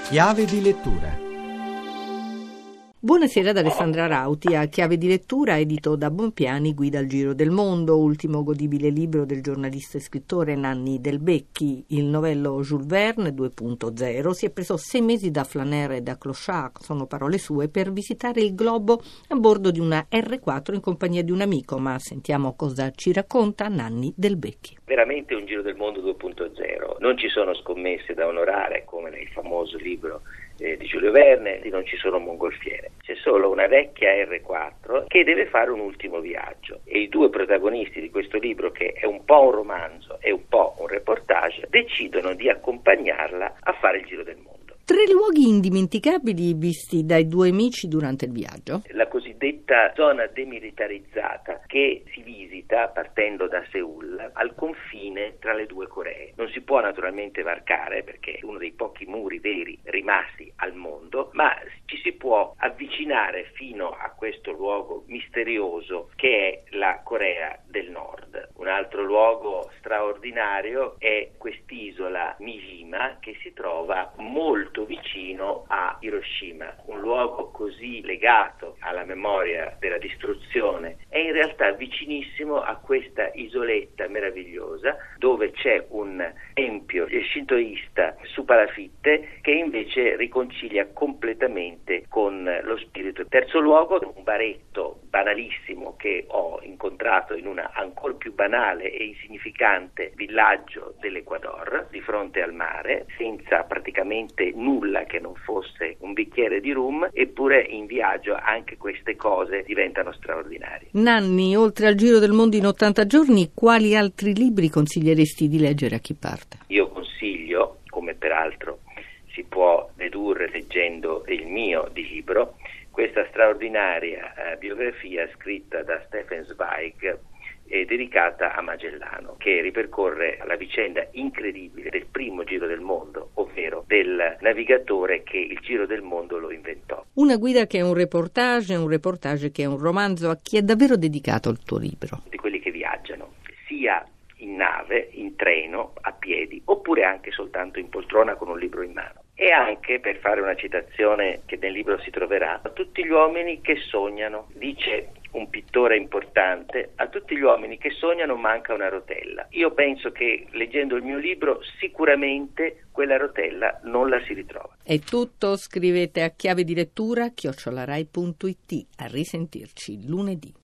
Chiave di lettura. Buonasera da Alessandra Rauti. A Chiave di lettura, edito da Bonpiani, Guida al Giro del Mondo, ultimo godibile libro del giornalista e scrittore Nanni Del Becchi. Il novello Jules Verne 2.0 si è preso 6 mesi da Flaner e da Clochard, sono parole sue, per visitare il globo a bordo di una R4 in compagnia di un amico, ma sentiamo cosa ci racconta Nanni Del Becchi. Veramente un giro del mondo 2.0, non ci sono scommesse da onorare come nel famoso libro di Giulio Verne, non ci sono mongolfiere, c'è solo una vecchia R4 che deve fare un ultimo viaggio e i due protagonisti di questo libro, che è un po' un romanzo e un po' un reportage, decidono di accompagnarla a fare il giro del mondo. 3 luoghi indimenticabili visti dai due amici durante il viaggio. La cosiddetta zona demilitarizzata che si visita partendo da Seul al confine tra le due Coree. Non si può naturalmente varcare perché è uno dei pochi muri veri rimasti al mondo, ma ci si può avvicinare fino a questo luogo misterioso che è la Corea del Nord. Un altro luogo straordinario è quest'isola Mijima che si trova molto vicino a Hiroshima, un luogo così legato alla memoria della distruzione, è in realtà vicinissimo a questa isoletta meravigliosa dove c'è un tempio shintoista su palafitte che invece riconcilia completamente con lo spirito. Terzo luogo, un baretto banalissimo che ho incontrato in una ancora più banale e insignificante villaggio dell'Ecuador, di fronte al mare, senza praticamente nulla che non fosse un bicchiere di rum, eppure in viaggio anche queste cose diventano straordinarie. Nanni, oltre al Giro del Mondo in 80 giorni, quali altri libri consiglieresti di leggere a chi parte? Io consiglio, come peraltro si può dedurre leggendo il mio di libro, questa straordinaria biografia scritta da Stefan Zweig e dedicata a Magellano, che ripercorre la vicenda incredibile del primo giro del mondo, ovvero del navigatore che il giro del mondo lo inventò. Una guida che è un reportage che è un romanzo. A chi è davvero dedicato il tuo libro? Di quelli che viaggiano, sia in nave, in treno, a piedi, oppure anche soltanto in poltrona con un libro in mano. E anche, per fare una citazione che nel libro si troverà, a tutti gli uomini che sognano, dice un pittore importante, a tutti gli uomini che sognano manca una rotella. Io penso che leggendo il mio libro sicuramente quella rotella non la si ritrova. È tutto, scrivete a chiave di lettura @rai.it. A risentirci lunedì.